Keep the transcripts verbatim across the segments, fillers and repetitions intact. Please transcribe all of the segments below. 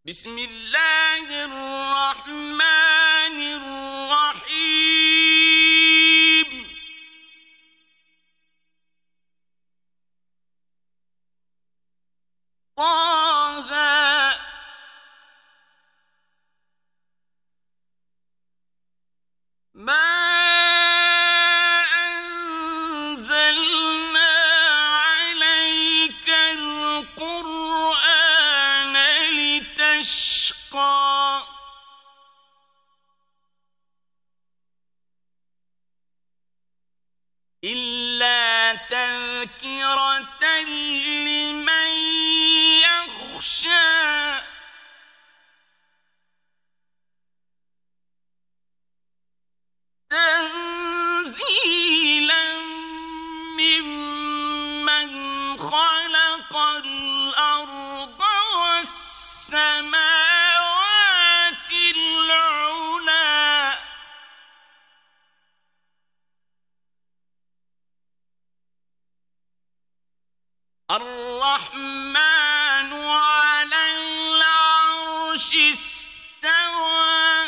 بسم الله الرحمن الرحيم طه ما أنزلنا عليك القرآن لتشقى إلا تذكرة لمن يخشى تنزيلا ممن خلق الأرض والسماوات العلى الرحمن على العرش استوى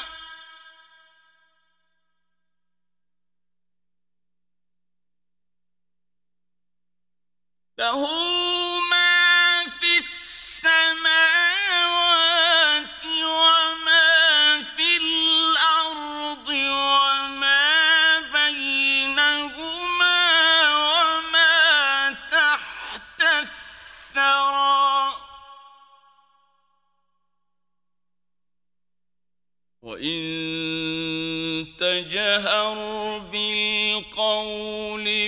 له ما في السماوات وما في الأرض وما بينهما وما تحت الثرى وإن تجهر بالقول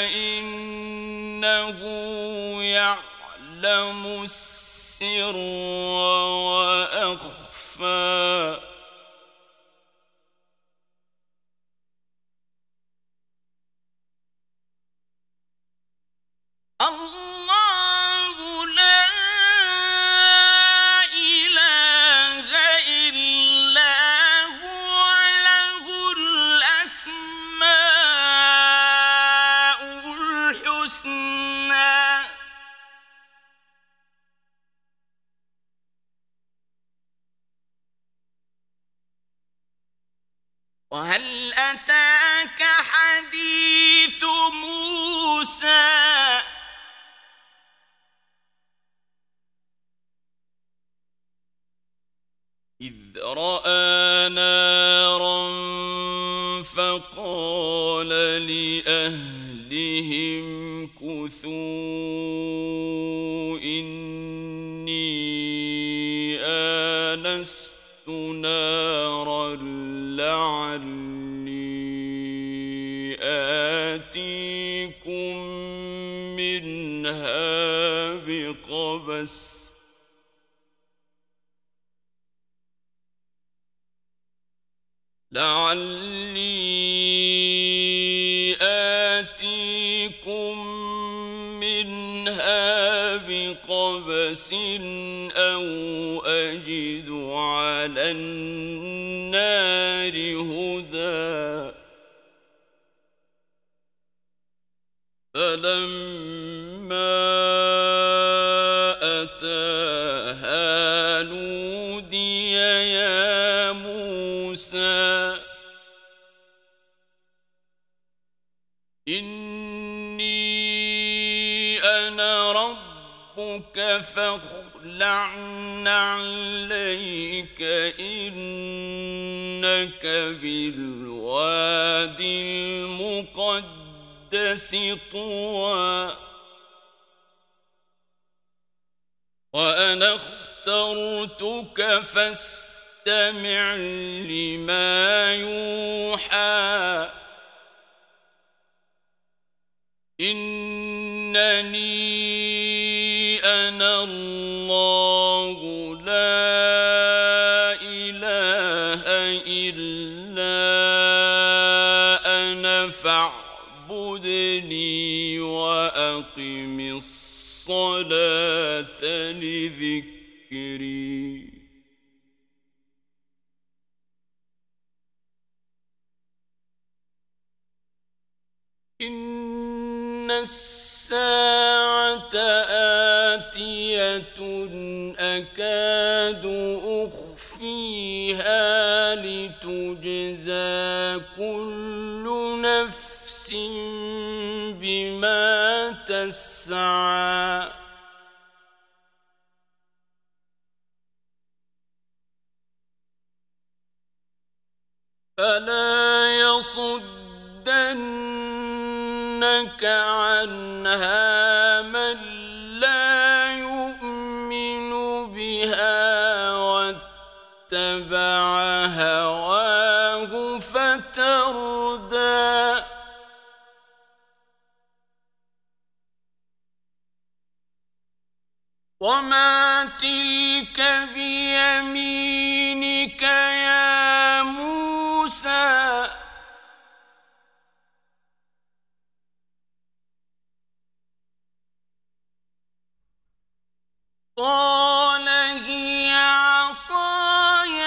فإنه يعلم السر وأخفى الله لا إله إلا هو له الأسماء الحسنى وهل أتاك حديث موسى إذ رأى نارا فقال لأهلهم كثوا إني آنست نارا لعلي آتيكم منها بقبس لعلي آتيكم منها بقبس أو أجد على النار هدى فلما أتاها نودي يا موسى إني أنا ربك فاخلع نعليك إنك بالوادي المقدس طوى وأنا اخترتك فاستمع لما يوحى إنني أنا الله لا إله إلا أنا فاعبدني وأقم الصلاة لذكري إن الساعة آتية أكاد أخفيها لتجزى كل نفس بما تسعى فلا يصدنك عنها من لا يؤمن بها واتبع هواه فتردى وما تلك بيمينك يا موسى قال هي عصاي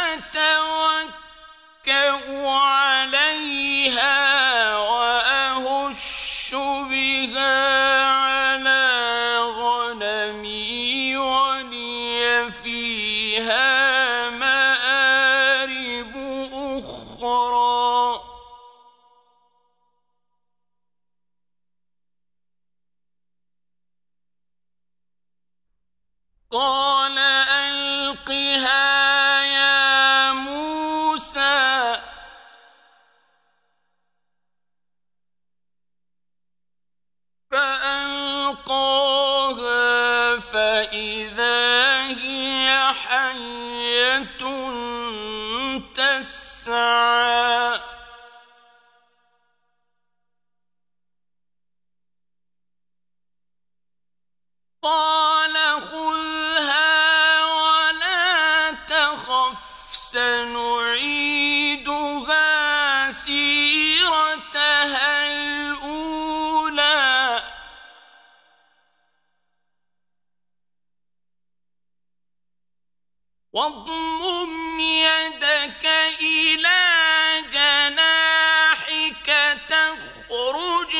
أتوكأ عليها وأهش بها على غنمي ولي فيها مآرب أخرى قال ألقها يا موسى فألقاها فإذا هي حية تسعى قال خذها ولا تخف سنعيدها سيرتها الأولى واضمم يدك إلى جناحك تخرج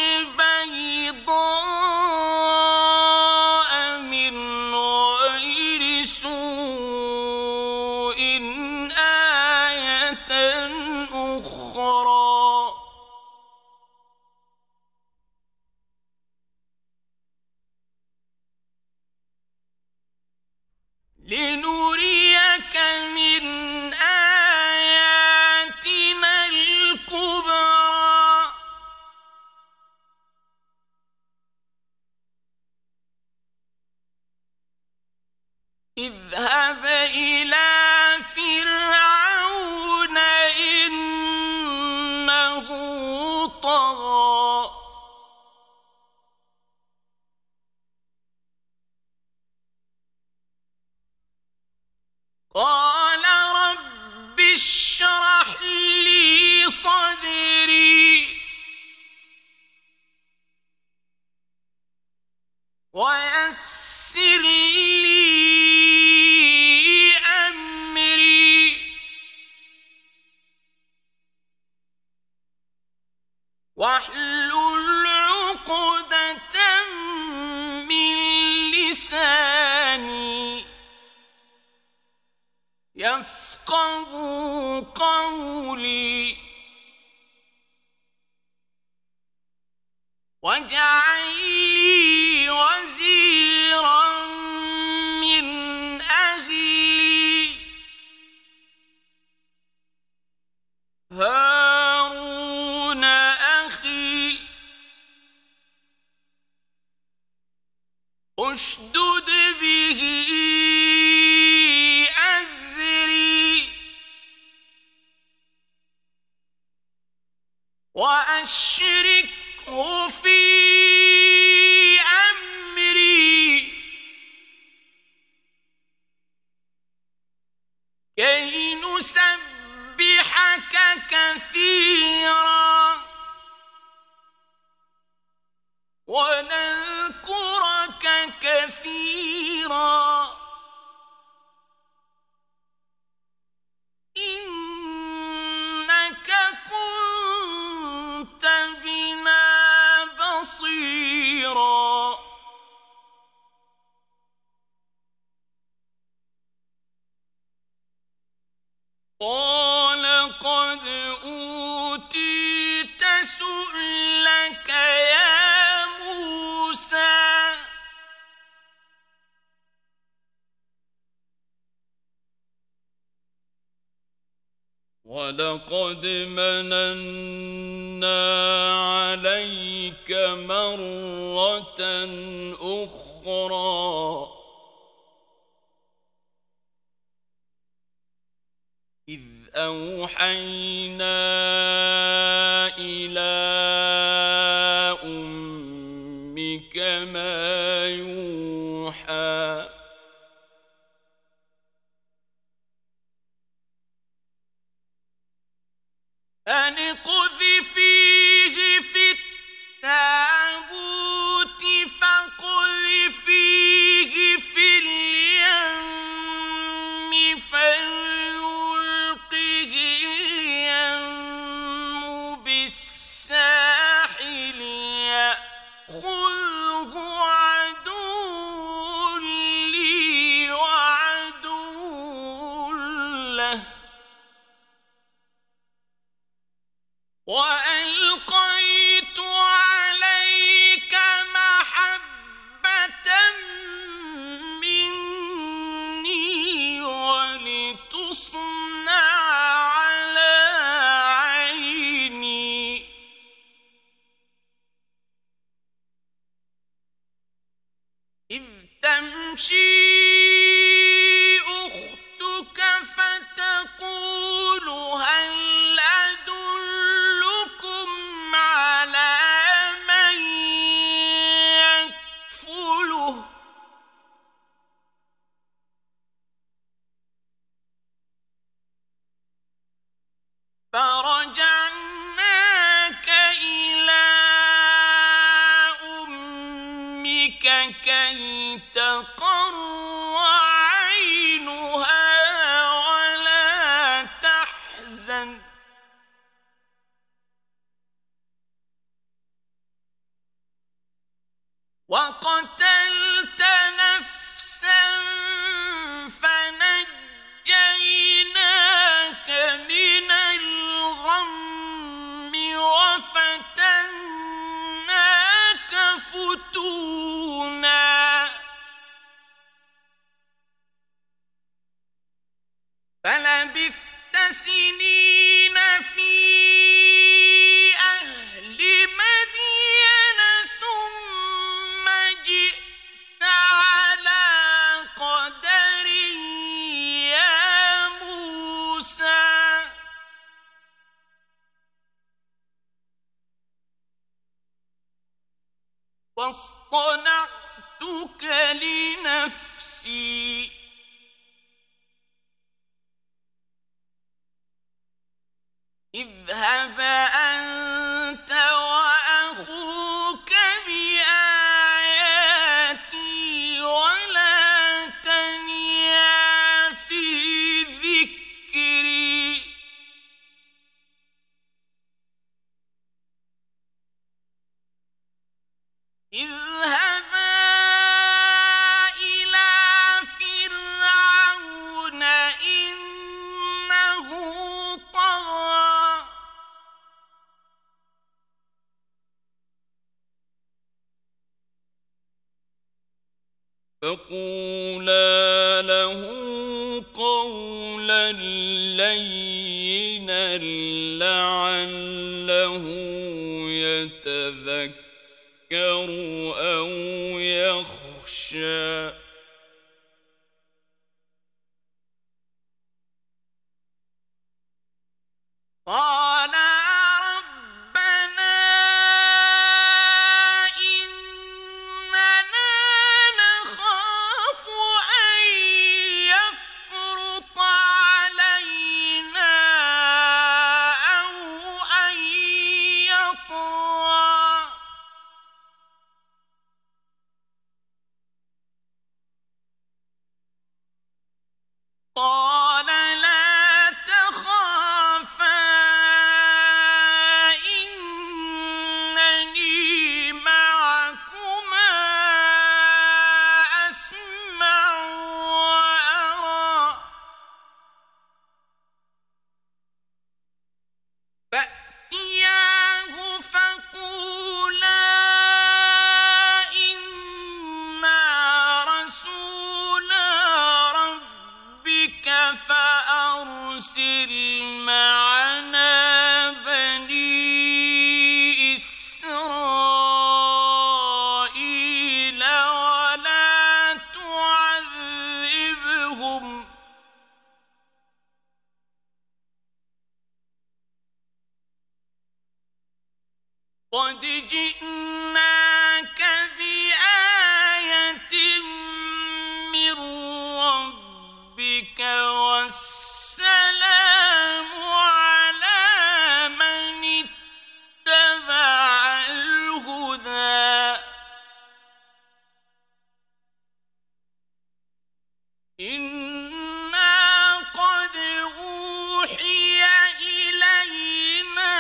بيضاء من غير سوء آية أخرى لنريك من آياتنا الكبرى اذهب إلى فرعون إنه طغى قال رب اشرح لي صدري ويسر لي أمري واحلل عقدة من لساني يفقهوا قولي واجعل لي وزيرا من أهلي هارون أخي اشدد به أزري وأشركه في أمري كي نسبحك كثيرا ونذكرك كثيرا إنك كنت بنا بصيرا وَلَقَدْ مَنَنَّا عَلَيْكَ مَرَّةً أُخْرَى إِذْ أَوْحَيْنَا إِلَىٰ أُمِّكَ مَا يُوحَىٰ أَنِ اقْذِفِيهِ فِي التَّابُوتِ فَاقْذِفِيهِ فِي الْيَمِّ فَلْيُلْقِهِ الْيَمُّ بِالسَّاحِلِ يَأْخُذْهُ عَدُوٌّ لِّي وَعَدُوٌّ لَّهُ وَأَلْقَيْتُ عَلَيْكَ مَحَبَّةً مِّنِّي وَلِتُصْنَعَ عَلَىٰ عَيْنِي إِذْ تَمْشِي أُخْتُكَ فَتَقُولُ هَلْ أَدُلُّكُمْ عَلَىٰ مَن يَكْفُلُهُ ۖ فَرَجَعْنَاكَ إِلَىٰ أُمِّكَ كَيْ تَقَرَّ عَيْنُهَا وَلَا تَحْزَنَ ۚ وَقَتَلْتَ نَفْسًا فَنَجَّيْنَاكَ مِنَ الْغَمِّ وَفَتَنَّاكَ فُتُونًا فَلَبِثْتَ سِنِينَ فِي أَهْلِ مَدْيَنَ ثُمَّ جِئْتَ عَلَىٰ قَدَرٍ يَا مُوسَىٰ وَاصْطَنَعْتُكَ لِنَفْسِي اذْهَبْ أَنتَ وَأَخُوكَ بِآيَاتِي وَلَا تَنِيَا فِي ذِكْرِي اذْهَبَا إِلَىٰ فِرْعَوْنَ إِنَّهُ طَغَىٰ فَقُولَا لَهُ قَوْلًا لَّيِّنًا لَّعَلَّهُ يَتَذَكَّرُ أَوْ يَخْشَىٰ قَالَ رَبَّنَا إِنَّنَا نَخَافُ أَن يَفْرُطَ عَلَيْنَا أَوْ أَن يَطْغَىٰ قَالَ لَا تَخَافَا إِنَّنِي مَعَكُمَا أَسْمَعُ وَأَرَىٰ فَأْتِيَاهُ فَقُولَا إِنَّا رَسُولَا رَبِّكَ أرسل معنا بني إسرائيل ولا تعذبهم قد جئناك بآية من ربك والسلام على من اتبع الهدى إنا قد أوحي إلينا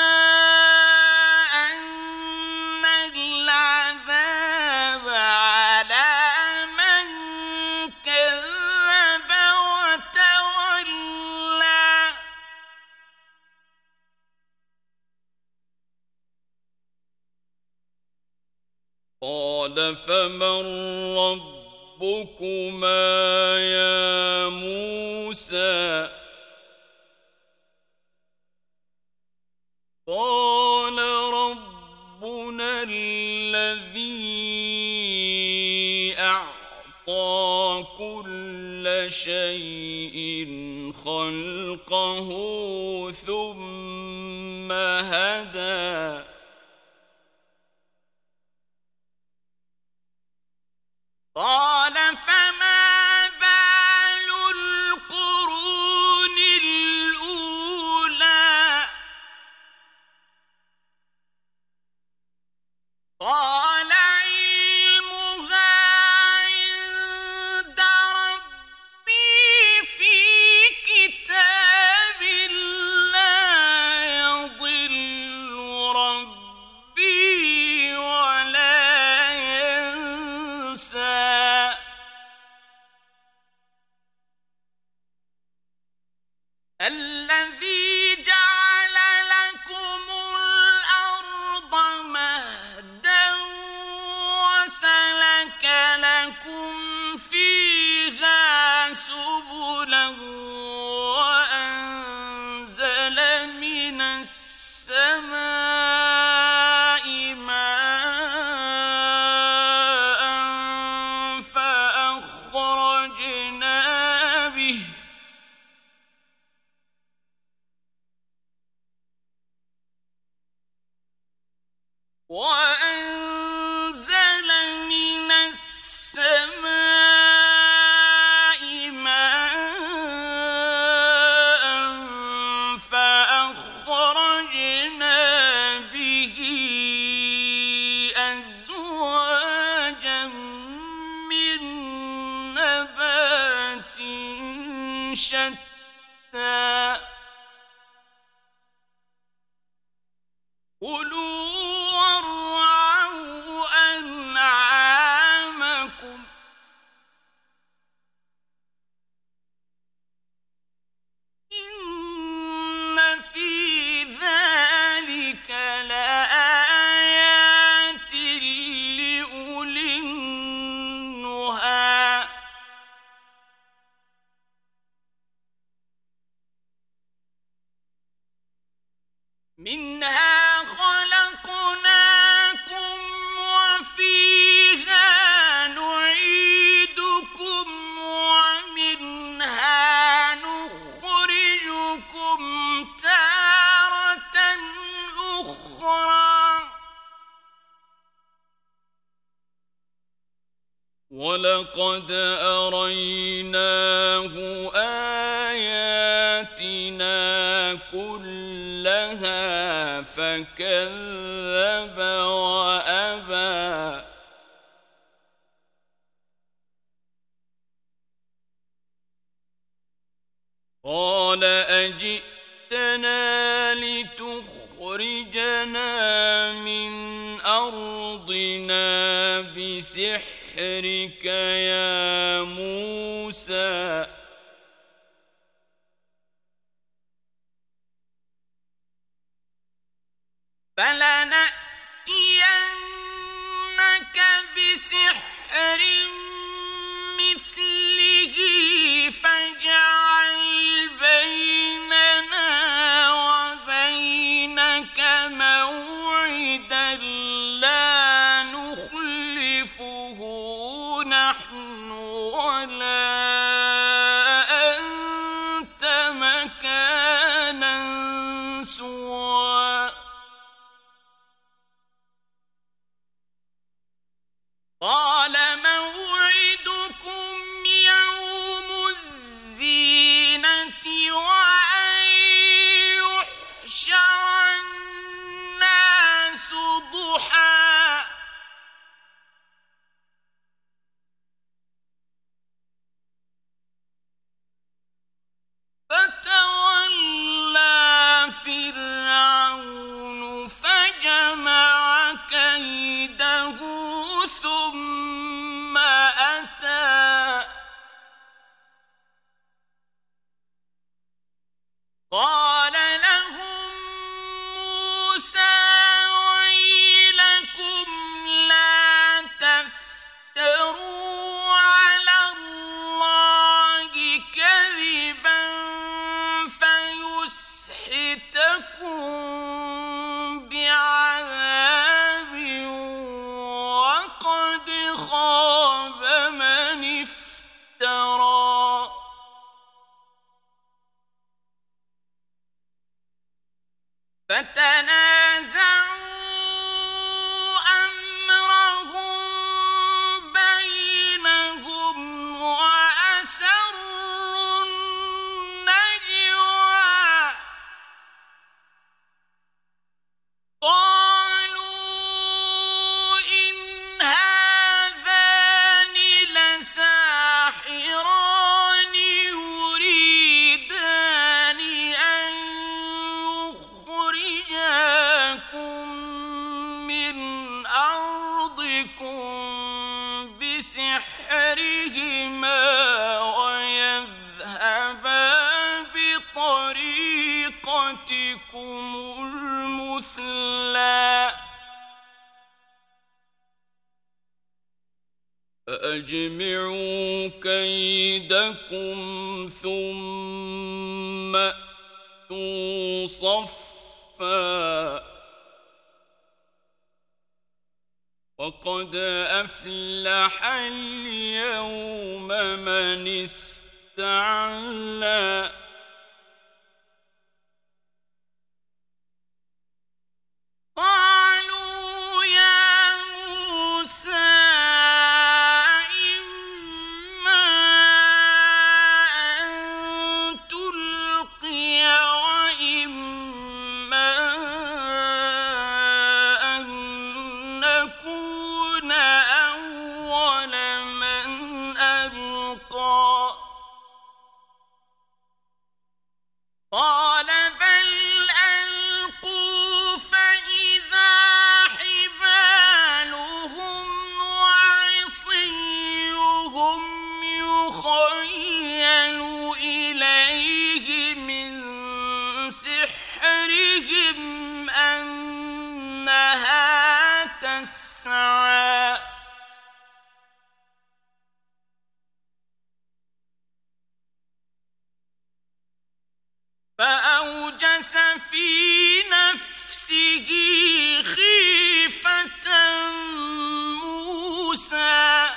أن العذاب على من كذب وتولى قال فمن ربكما يا موسى قال ربنا الذي أعطى كل شيء خلقه ثم هدى قال فما بال القرون الأولى قال علمها عند ربي في كتاب لا يضل ربي ولا ينسى الذي جعل لكم الأرض مهدا وسلك لكم فيها سبلا وأنزل من السماء ماء فأخرجنا به وأنزل من السماء ماء فأخرجنا به أزواجا من نبات شتى كلوا وارعوا أنعامكم إن في ذلك لآيات لأولي النهى منها خلقناكم وفيها نعيدكم ومنها نخرجكم تارة أخرى ولقد أريناه آياتنا كلها فكذب وأبى قال أجئتنا لتخرجنا من أرضنا بسحرك يا موسى فلنأتينك بسحر مثله فاجعل بيننا فتنازعوا أمرهم بينهم وأسروا النجوى قالوا إن هذان لساحران يريدان أن يخرجاكم من أرضكم بسحرهما ويذهبا بطريقتكم المثلى فأجمعوا كيدكم ثم أتوا صفا وقد أفلح اليوم من استعلى قالوا يا موسى إما أن تلقي وإما أن نكون أول من ألقى قال بل ألقوا فإذا حبالهم وعصيهم يخيل إليه من سحرهم أنها تسعى فأوجس في نفسه خيفة موسى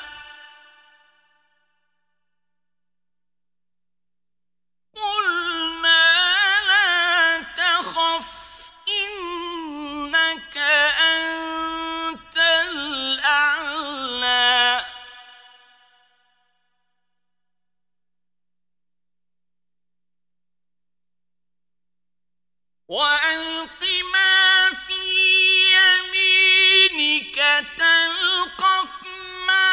قلنا لا تخف إنك أنت الأعلى وألق ما في يمينك تلقف ما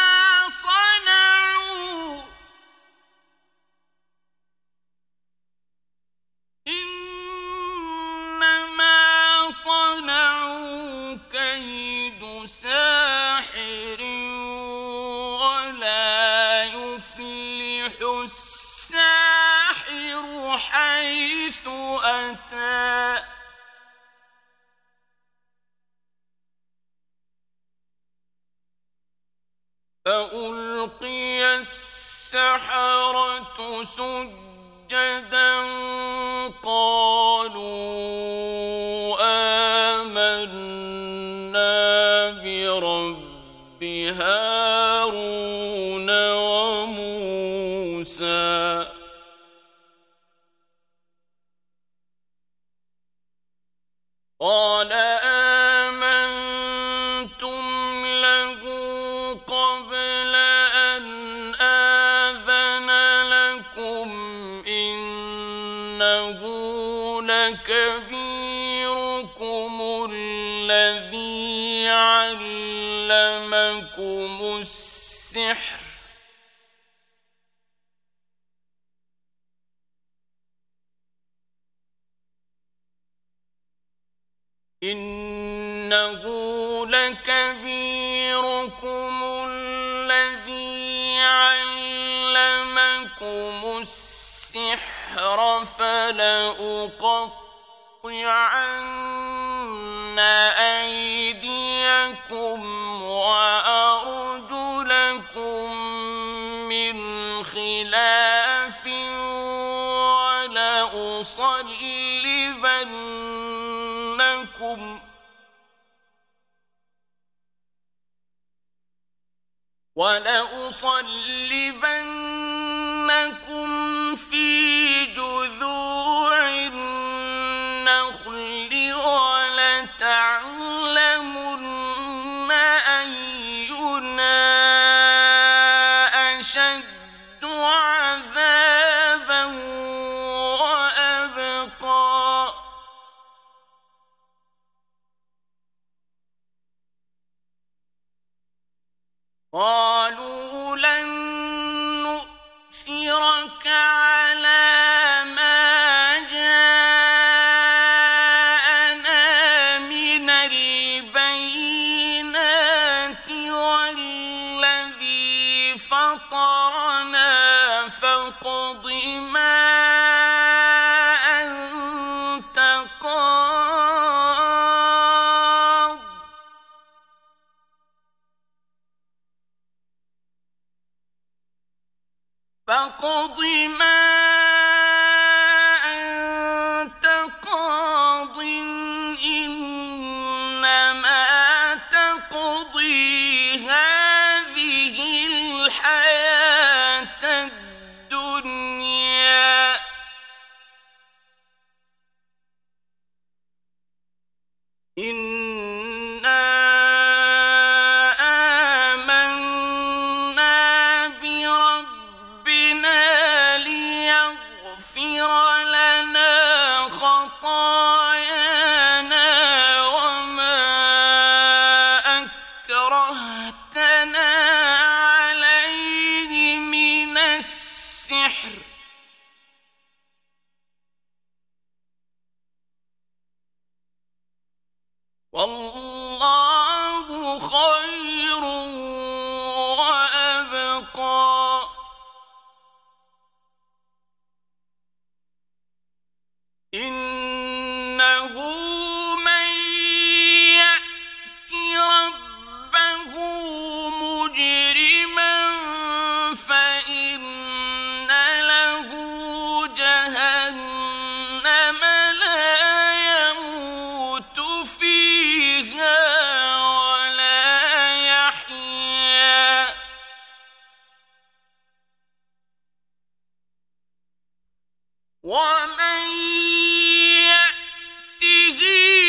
صنعوا إنما صنعوا كيد ساحر ولا يفلح الساحر حيث أتى فألقي السحرة سجدا قالوا آمنا برب هارون وموسى قال آمنتم له قبل أن آذن لكم إنه لكبيركم الذي علمكم السحر إنه لكبيركم الذي علمكم السحر فلأقطعن أيديكم وأرجلكم من خلاف ولأصلبنكم ولأصلبنكم في جذوع النخل ما أنت قاض فاقض ما أنت قاض إنما تقضي هذه الحياة الدنيا إنا آمنا بربنا ليغفر لنا خطايانا وما أكرهتنا عليه من السحر والله خير وأبقى إنه من يأت ربه مجرما فإن له جهنم لا يموت فيها ولا يحيا ومن يأته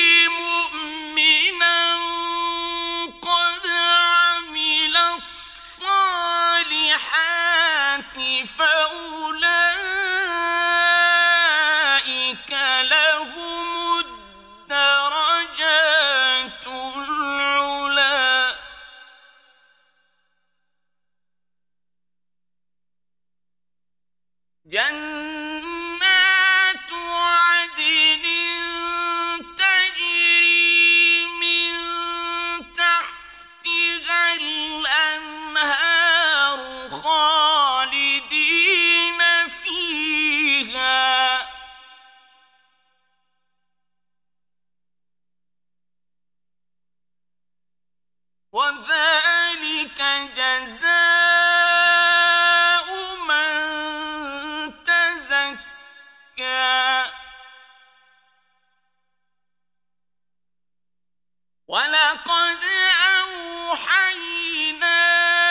مؤمنا قد عمل الصالحات فأولئك لهم الدرجات العلى جنات عدن تجري من تحتها الأنهار خالدين فيها وذلك جزاء من تزكى ولقد أوحينا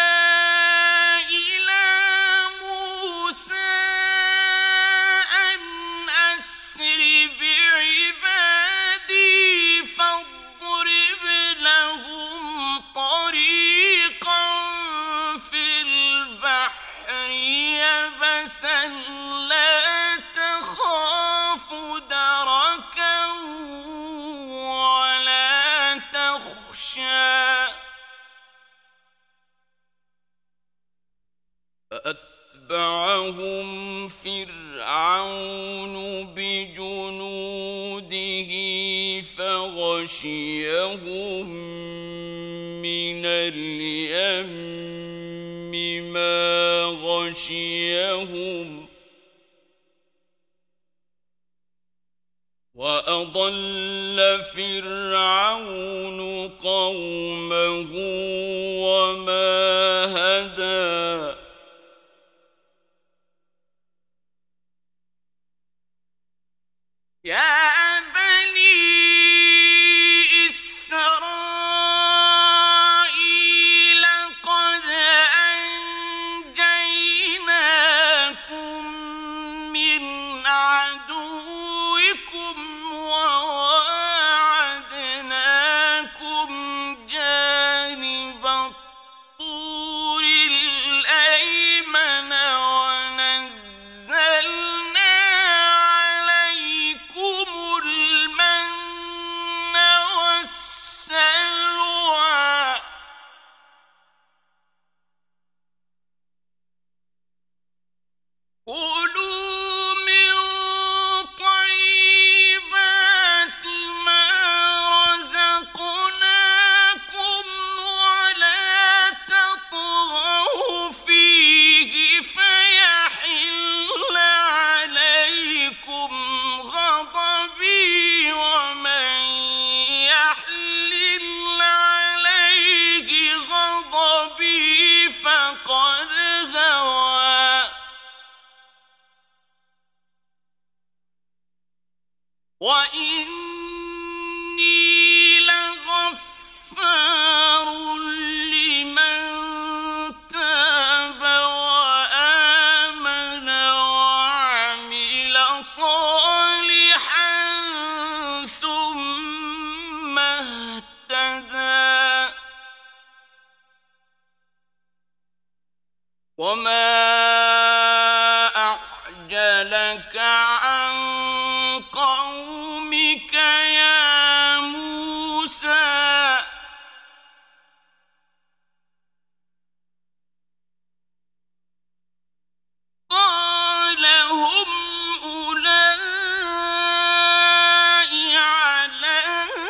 إلى موسى أن أسر بعبادي فاضرب لهم طريقا في البحر يبسا لا تخاف دركا ولا تخشى فأتبعهم فرعون بجنوده فغشيهم من اليم ما غشيهم وأضل فرعون قومه وما هدى يا بني إسرائيل قد أنجيناكم من عدوكم وواعدناكم جانب الطور الأيمن ونزلنا عليكم المن والسلوى كلوا من وإني لغفار لمن تاب وآمن وعمل صالحا ثم اهتدى وما أعجلك عن قومك يا موسى قال هم أولئك على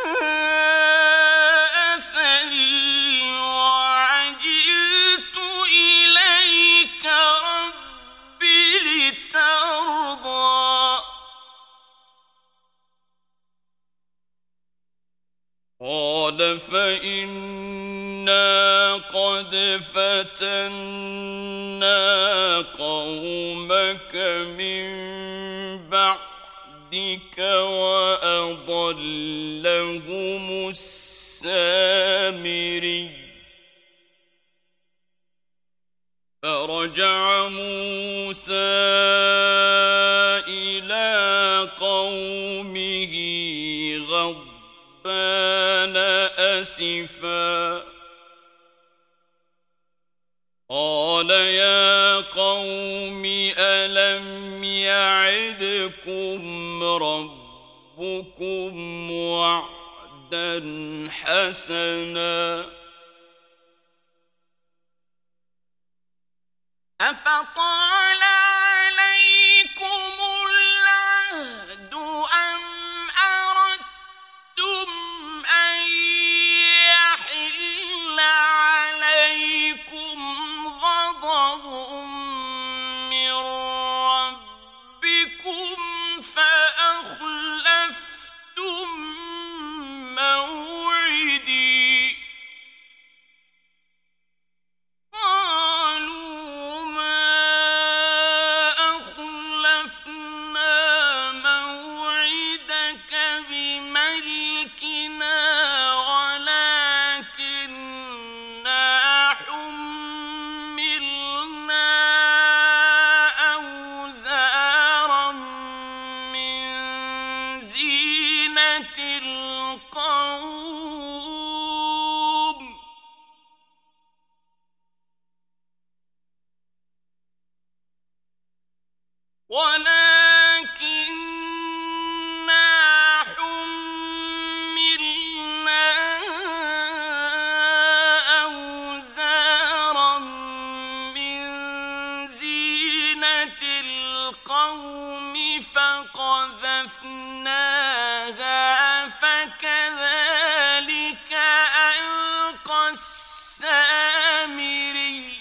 أثري وعجلت إليك رب لترضى قال فإنا قد فتنا قومك من بعدك وأضلهم السامري فرجع موسى إلى قومه غضبان أسفا قال يا قوم ألم يعدكم ربكم وعدا حسنا أفطال عليكم العهد أم أردتم أن يحل عليكم غضب من ربكم فأخلفتم موعدي قالوا ما أخلفنا موعدك بملكنا ولكننا حملنا أوزارا من زينة القوم ولكننا حملنا أوزارا من زينة القوم فقذفناها فكذلك ألقى السامري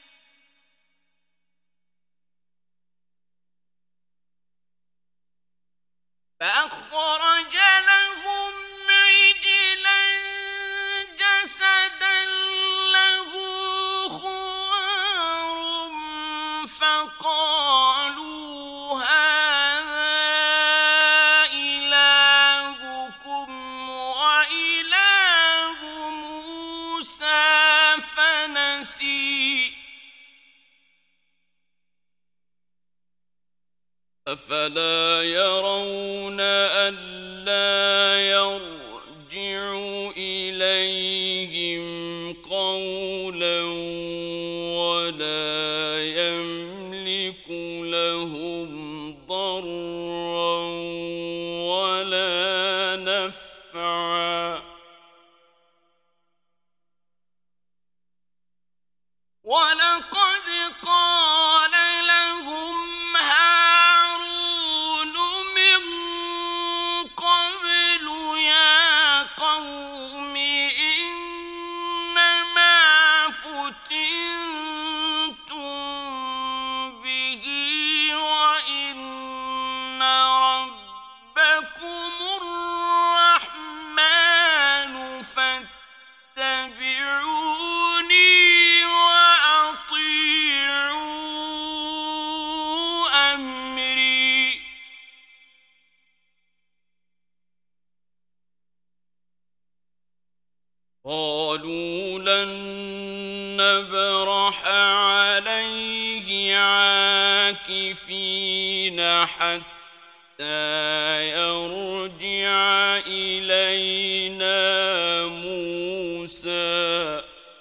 فأخرج لهم عجلا جسدا له خوار فقالوا هذا إلهكم وإله موسى فنسي أفلا يرون ألا يرجع إليهم قولا ولا يملك لهم ضرا ولا نفعا ولقد قال لهم هارون من قبل يا قوم إنما فتنتم به وإن قالوا لن نبرح عليه عاكفين حتى يرجع إلينا موسى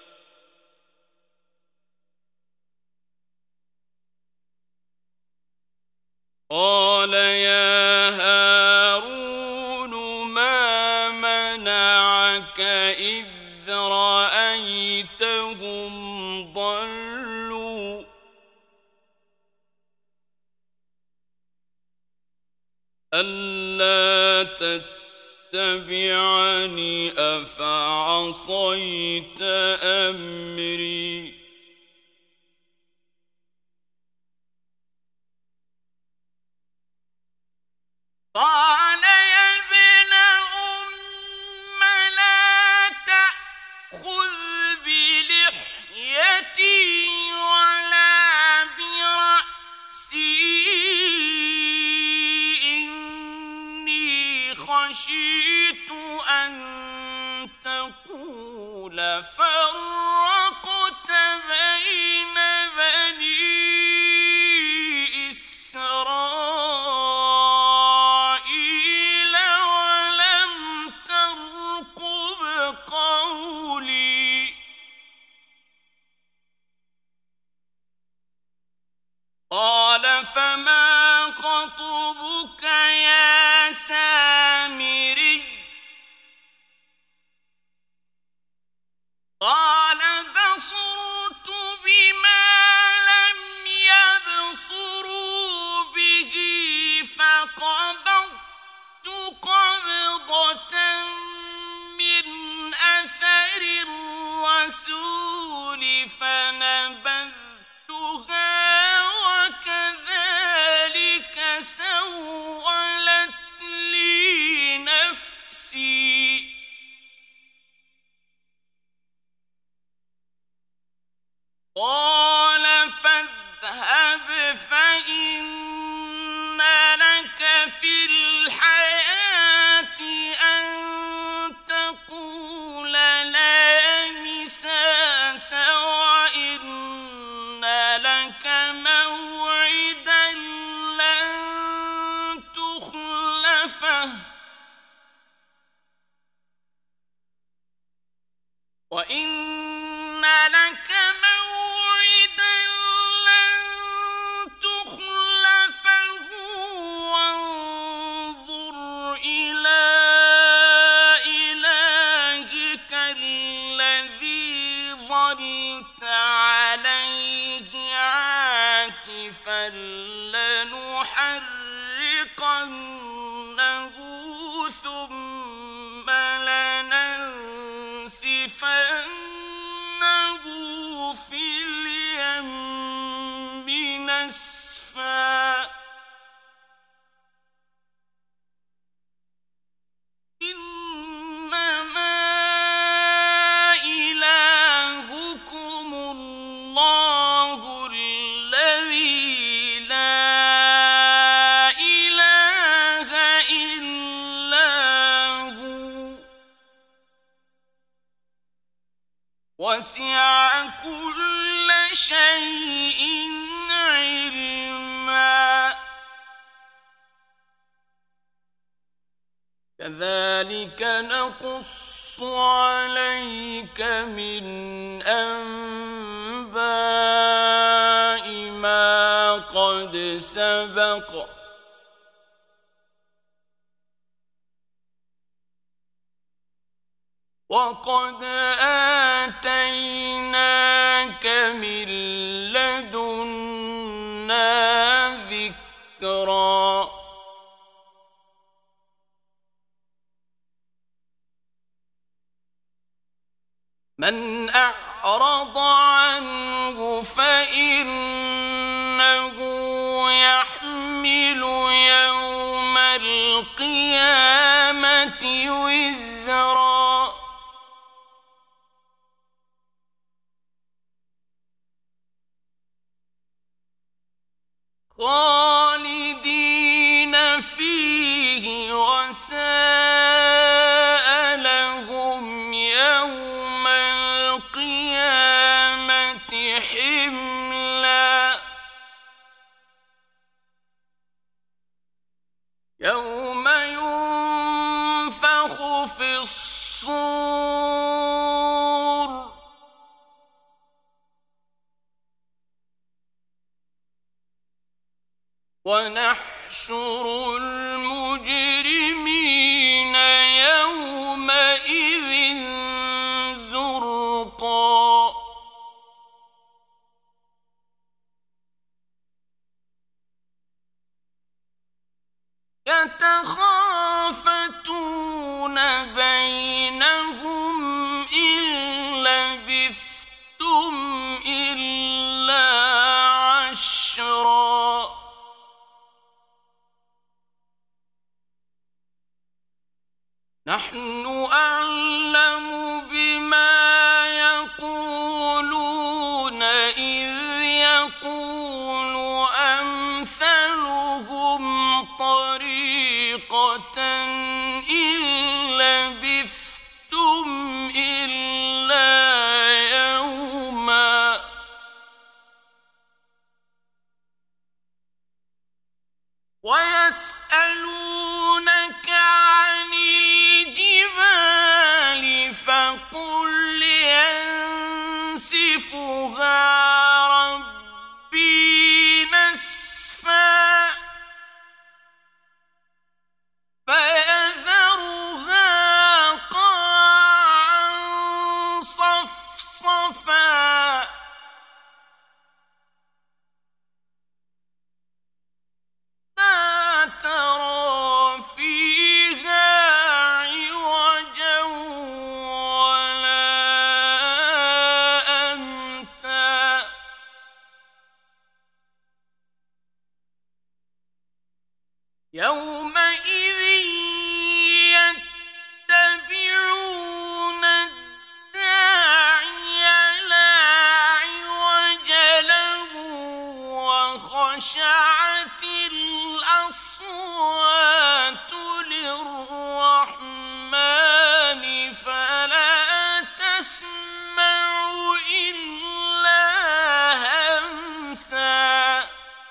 قال يا هارون ما منعك إذ رأيتهم ضلوا ألا تتبعني أفعصيت أمري قال يا ابن أم لا تأخذ بلحيتي ولا برأسي إني خشيت أن تقول فرقت بين بني إسرائيل ولم ترقب قولي قال فما خطبك يا سامري قال بصرت بما لم يبصروا به فقبضت قبضة من أثر الرسول فنبذتها وكذلك سولت لي نفسي قال فاذهب فإن لك في الحياة أن تقول لا مساس وإن لك موعدا لن تخلفه وإن لك موعدا لن تخلفه وانظر إلى إلهك الذي ظلت عليه عاكفا لنحرقنه ثم لننسفنه في اليم نسفا إنما إلهكم الله الذي لا إله إلا هو وسع كل شيء علما كذلك نقص عليك من أنباء ما قد سبق وقد آتيناك من لدنا ذكرا من أعرض عنه فإنه يحمل يوم القيامة وزرا خالدين فيه وساء لهم يوم يوم ينفخ في الصور ونحشر المجرمين يومئذ زرقا يتخافتون بينهم إن لبثتم إلا عشرا نحن أعلم بما يقولون إذ يقول أمثلهم طريقة إن لبثتم إلا يوما ويسألونك عن الجبال فقل ينسفها ربي نسفا فيذرها قاعا صفصفا لا ترى فيها عوجا ولا أمتا يومئذ يتبعون الداعي لا عوج له وخشعت الأصوات للرحمن فلا تسمع إلا همسا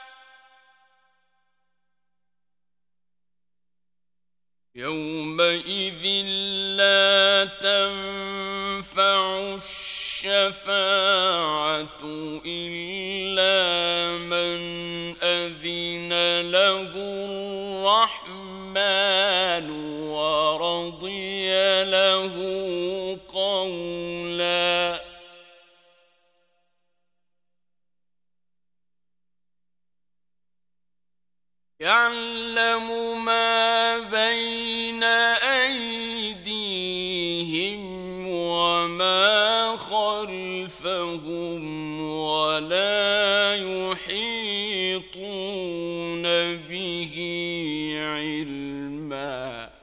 يومئذ لا تنفع الشفاعة إلا من أذن له الرحمن ورضي له قولا يعلم ما بين أيديهم وما خلفهم ولا يحيطون به علما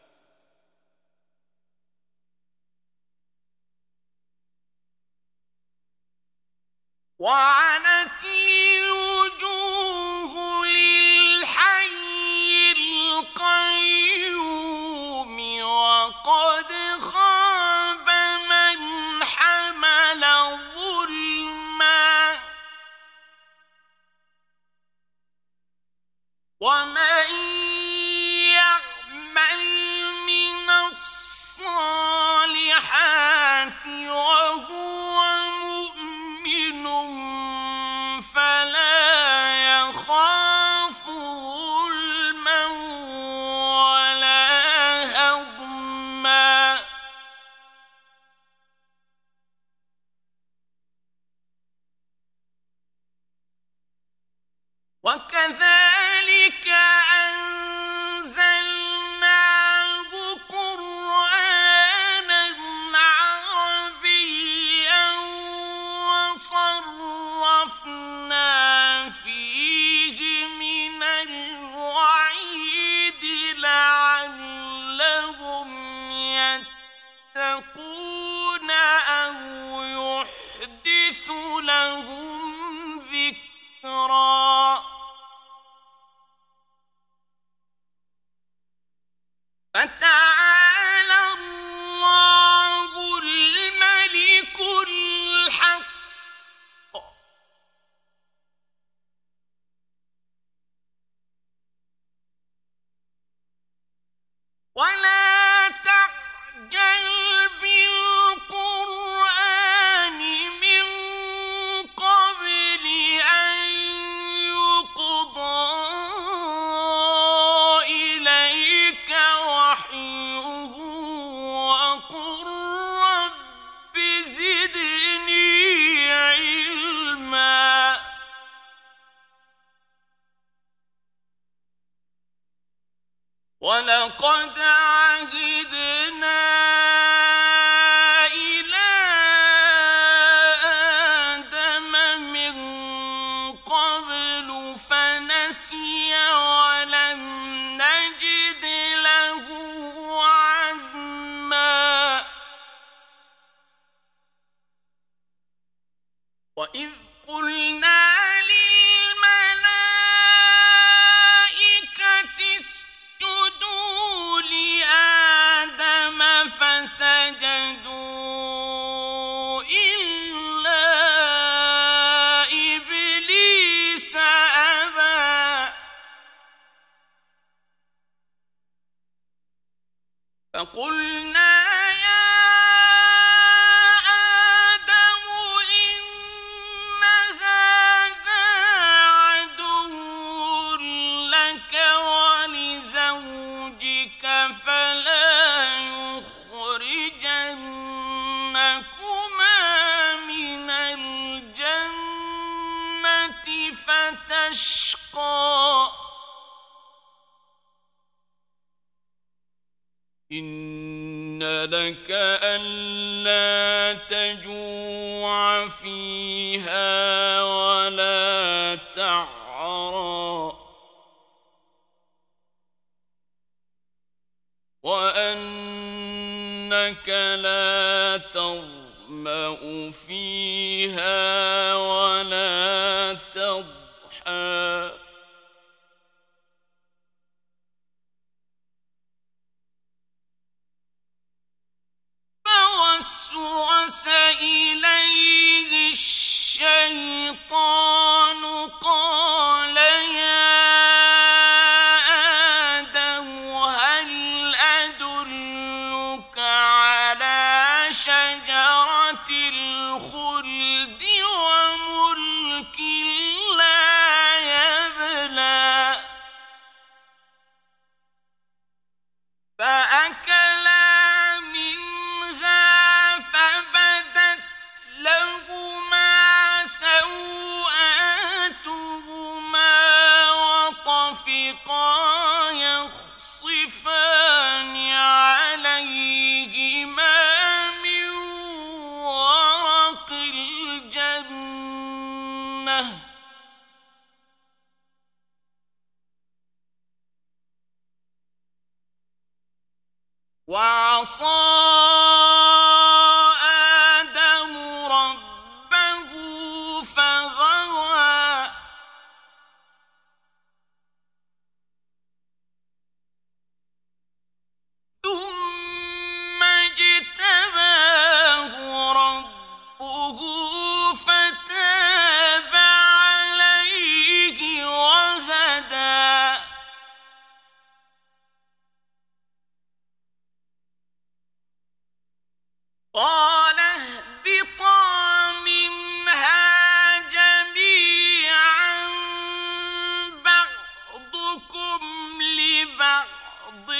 وعنت الوجوه للحي القيوم وقد خاب من حمل ظلما ومن يعمل من الصالحات وهو مؤمن فلا يخاف ظلما ولا هضما وكذلك أنزلناه قرآنا عربيا وصرفنا فيه من الوعيد لعلهم يتقون أو يحدث لهم ذكرا فتعالى الله الملك الحق وَلَقَدْ عَهِدْنَا إِلَىٰ آدَمَ مِن قَبْلُ فَنَسِيَ وَلَمْ نَجِدْ لَهُ عَزْمًا وَإِذْ قُلْنَا فسجدوا إلا إبليس أبى فقلنا يا آدم إن هذا عدو لك ولزوجك فلا فتشقى إن لك ألا تجوع فيها ولا تعرى وأنك لا تظمأ فيها ولا تضحى فوسوس إليه الشيطان قال يا آدم هل أدلك على شجرة الخلد وملك لا يبلى فأكلا منها فبدت لهما سوآتهما وطفقا يخصفان عليهما من ورق الجنة وعصى آدم ربه فغوى ثم اجتباه ربه فتاب عليه وهدى قال اهبطا منها جميعا بعضكم لبعض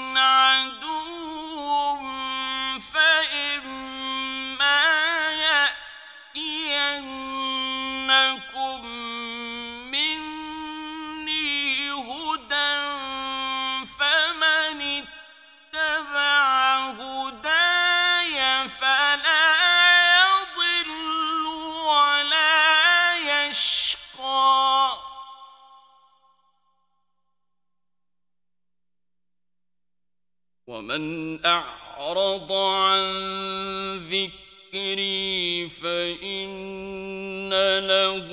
عدو فإما يأتينكم مني هدى فمن اتبع هداي فلا يضل ولا يشقى ومن أعرض عن ذكري فإن له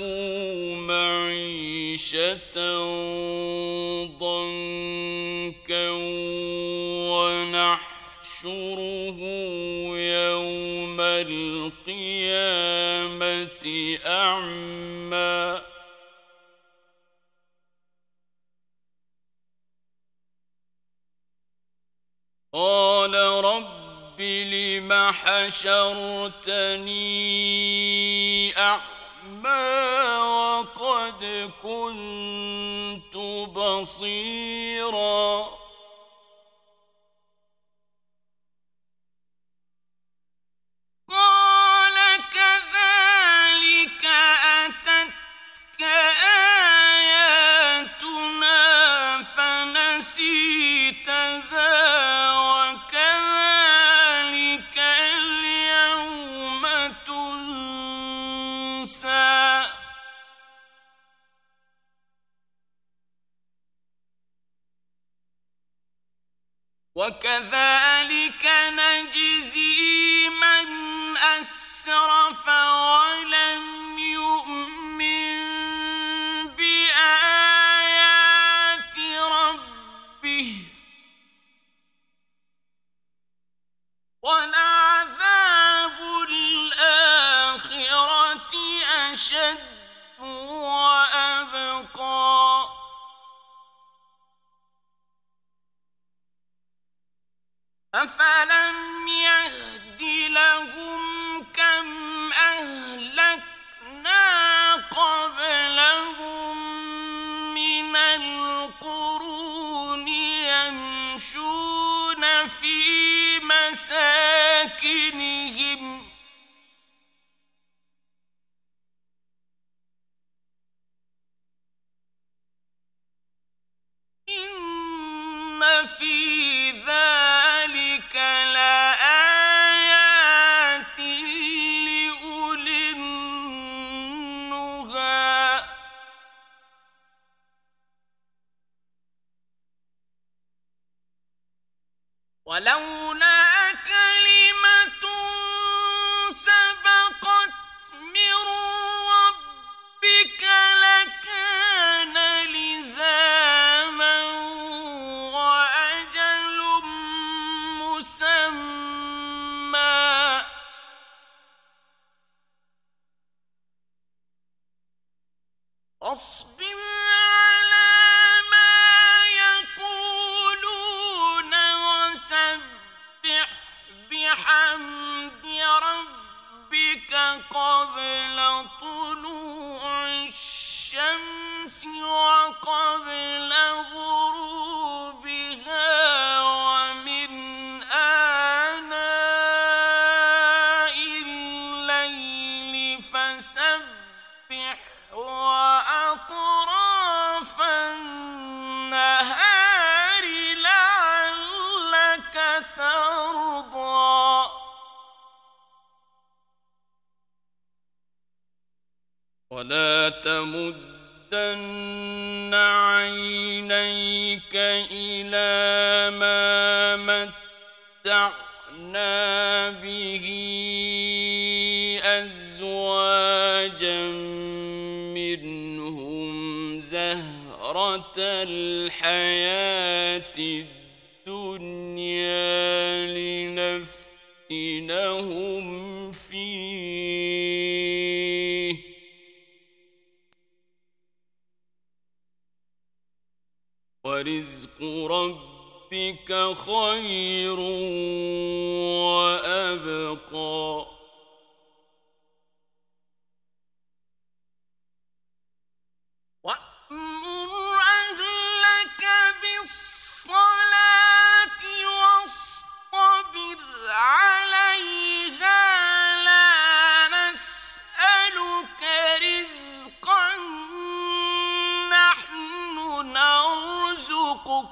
معيشة ضنكا ونحشره يوم القيامة أعمى قال رب لم حشرتني أعمى وقد كنت بصيرا قال كذلك أتتك آياتنا فنسيتها وكذلك نجزي من أسرف ولم يؤمن بآيات ربه ولعذاب الآخرة أشد وأبقى أفلم يهد لهم كم أهلكنا قبلهم من القرون يمشون في مساكنهم إن في ذلك لآيات لأولي النهى ولولا كلمة سبقت من ربك لكان لزاما وأجل مسمى فاصبر على ما يقولون وسبح بحمد ربك قبل طلوع الشمس وقبل غروبها ومن آناء الليل فسبح وأطراف النهار لعلك ترضى ولا تمدن عينيك إلى ما متعنا به أزواجا منهم زهرة الحياة الدنيا لنفتنهم فيه ورزق ربك خير وأبقى وأمر أهلك بالصلاة واصطبر عليها لا نسألك رزقا نحن نرزقك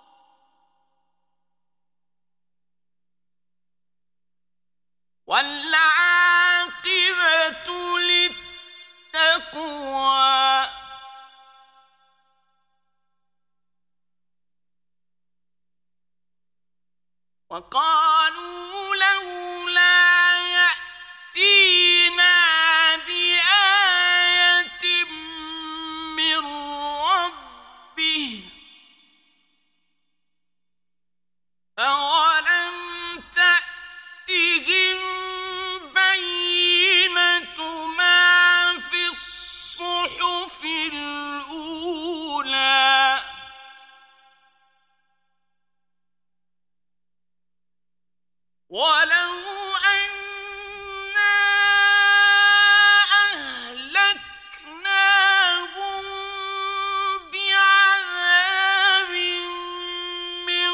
والعاقبة للتقوى وقالوا لولا يأتينا بآية من ربه أولم تأتهم بينة ما في الصحف الأولى ولو أنا أهلكناهم بعذاب من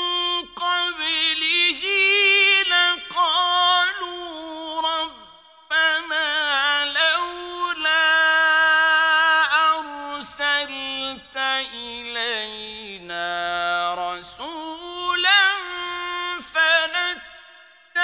قبله لقالوا ربنا لولا أرسلت إلينا رسولا فنتبع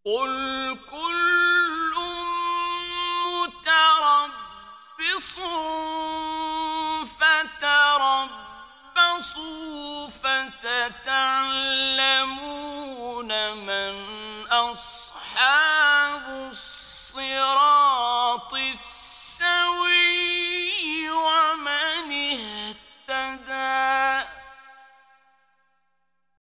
قُلْ كُلٌّ مُّتَرَبِّصٌ فَتَرَبَّصُوا فَسَتَعْلَمُونَ مَنْ